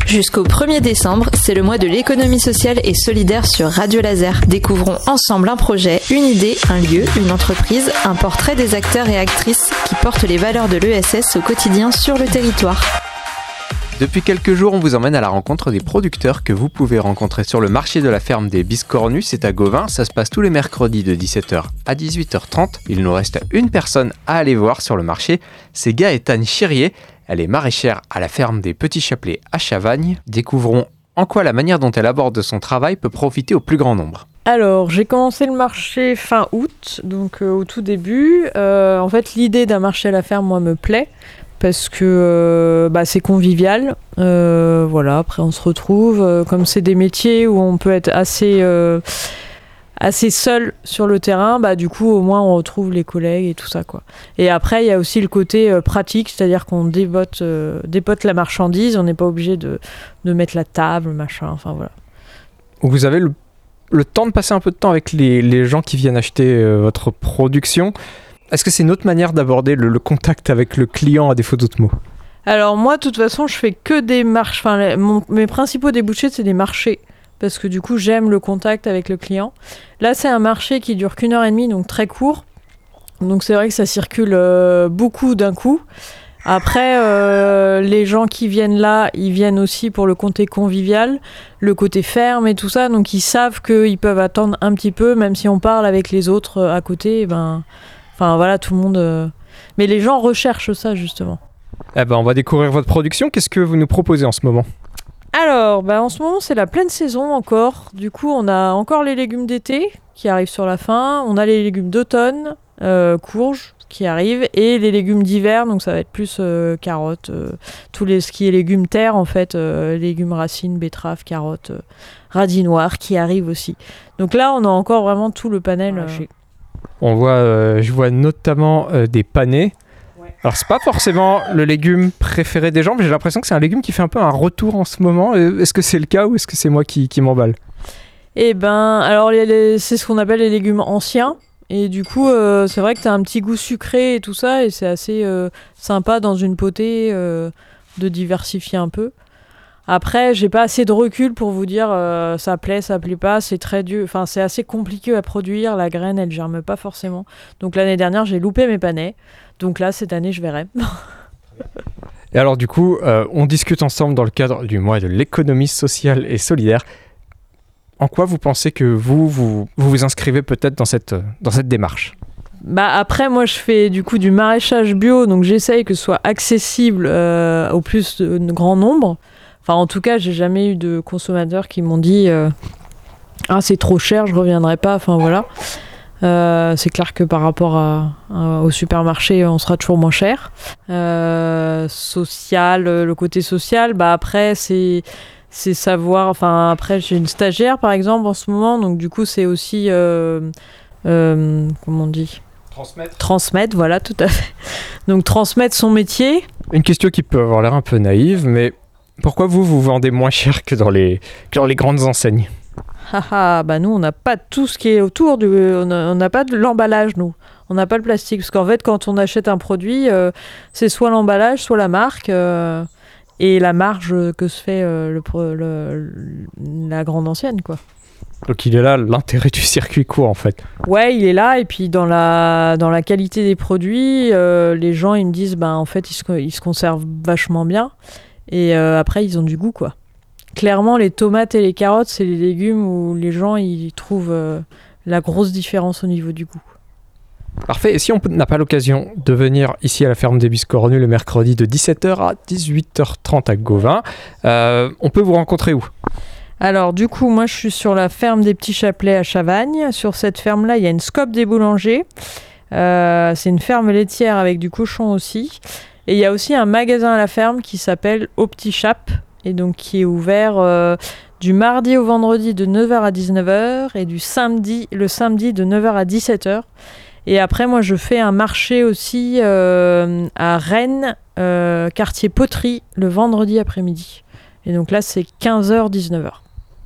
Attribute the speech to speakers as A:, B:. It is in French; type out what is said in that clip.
A: Jusqu'au 1er décembre, c'est le mois de l'économie sociale et solidaire sur Radio Laser. Découvrons ensemble un projet, une idée, un lieu, une entreprise, un portrait des acteurs et actrices qui portent les valeurs de l'ESS au quotidien sur le territoire.
B: Depuis quelques jours, on vous emmène à la rencontre des producteurs que vous pouvez rencontrer sur le marché de la ferme des Biscornus, c'est à Gauvin. Ça se passe tous les mercredis de 17h à 18h30. Il nous reste une personne à aller voir sur le marché, c'est Gaëtane Chirier. Elle est maraîchère à la ferme des Petits Chapelets à Chavagne. Découvrons en quoi la manière dont elle aborde son travail peut profiter au plus grand nombre.
C: Alors, j'ai commencé le marché fin août, donc au tout début. En fait, l'idée d'un marché à la ferme, moi, me plaît. Parce que c'est convivial, voilà. Après on se retrouve, comme c'est des métiers où on peut être assez seul sur le terrain, du coup au moins on retrouve les collègues et tout ça, quoi. Et après il y a aussi le côté pratique, c'est-à-dire qu'on dépote la marchandise, on n'est pas obligé de mettre la table, machin, enfin voilà.
D: Vous avez le temps de passer un peu de temps avec les gens qui viennent acheter votre production. Est-ce que c'est une autre manière d'aborder le contact avec le client à défaut d'autres mots ?
C: Alors moi, de toute façon, je fais que des marches. Enfin, mes principaux débouchés, c'est des marchés. Parce que du coup, j'aime le contact avec le client. Là, c'est un marché qui dure qu'1 heure et demie, donc très court. Donc c'est vrai que ça circule beaucoup d'un coup. Après, les gens qui viennent là, ils viennent aussi pour le côté convivial, le côté ferme et tout ça. Donc ils savent qu'ils peuvent attendre un petit peu, même si on parle avec les autres à côté, Enfin voilà, tout le monde... Mais les gens recherchent ça, justement.
D: On va découvrir votre production. Qu'est-ce que vous nous proposez en ce moment ?
C: Alors, en ce moment, c'est la pleine saison encore. Du coup, on a encore les légumes d'été qui arrivent sur la fin. On a les légumes d'automne, courges qui arrivent. Et les légumes d'hiver, donc ça va être plus carottes, ce qui est légumes terre, en fait. Légumes racines, betteraves, carottes, radis noirs qui arrivent aussi. Donc là, on a encore vraiment tout le panel.
D: Je vois notamment des panais. Ouais. Alors c'est pas forcément le légume préféré des gens, mais j'ai l'impression que c'est un légume qui fait un peu un retour en ce moment. Est-ce que c'est le cas ou est-ce que c'est moi qui m'emballe ?
C: Alors c'est ce qu'on appelle les légumes anciens. Et du coup, c'est vrai que t'as un petit goût sucré et tout ça, et c'est assez sympa dans une potée de diversifier un peu. Après, j'ai pas assez de recul pour vous dire ça plaît pas, c'est très dur. Enfin, c'est assez compliqué à produire, la graine, elle germe pas forcément. Donc l'année dernière, j'ai loupé mes panais. Donc là, cette année, je verrai.
D: Et alors du coup, on discute ensemble dans le cadre du mois de l'économie sociale et solidaire. En quoi vous pensez que vous inscrivez peut-être dans cette démarche ?
C: Après, moi, je fais du coup du maraîchage bio, donc j'essaye que ce soit accessible au plus de grand nombre. Enfin, en tout cas, j'ai jamais eu de consommateurs qui m'ont dit c'est trop cher, je reviendrai pas. Enfin voilà. C'est clair que par rapport au supermarché, on sera toujours moins cher. Social, le côté social, après c'est savoir. Enfin après, j'ai une stagiaire par exemple en ce moment, donc du coup c'est aussi comment on dit ? Transmettre, voilà, tout à fait. Donc transmettre son métier.
D: Une question qui peut avoir l'air un peu naïve, mais pourquoi vous vendez moins cher que dans les grandes enseignes ?
C: Nous, on n'a pas tout ce qui est autour on n'a pas de l'emballage, nous. On n'a pas le plastique. Parce qu'en fait, quand on achète un produit, c'est soit l'emballage, soit la marque, et la marge que se fait la grande ancienne, quoi.
D: Donc il est là l'intérêt du circuit court, en fait.
C: Ouais, il est là, et puis dans la qualité des produits, les gens, ils me disent, en fait, ils se conservent vachement bien. Et après, ils ont du goût, quoi. Clairement, les tomates et les carottes, c'est les légumes où les gens ils trouvent la grosse différence au niveau du goût.
D: Parfait. Et si on n'a pas l'occasion de venir ici à la ferme des Biscornus le mercredi de 17h à 18h30 à Gauvin, on peut vous rencontrer où ?
C: Alors, du coup, moi, je suis sur la ferme des Petits Chapelets à Chavagne. Sur cette ferme-là, il y a une Scope des boulangers. C'est une ferme laitière avec du cochon aussi. Et il y a aussi un magasin à la ferme qui s'appelle Au Petit Chap, et donc qui est ouvert du mardi au vendredi de 9h à 19h et le samedi de 9h à 17h. Et après, moi, je fais un marché aussi à Rennes, quartier Poterie, le vendredi après-midi. Et donc là, c'est 15h, 19h.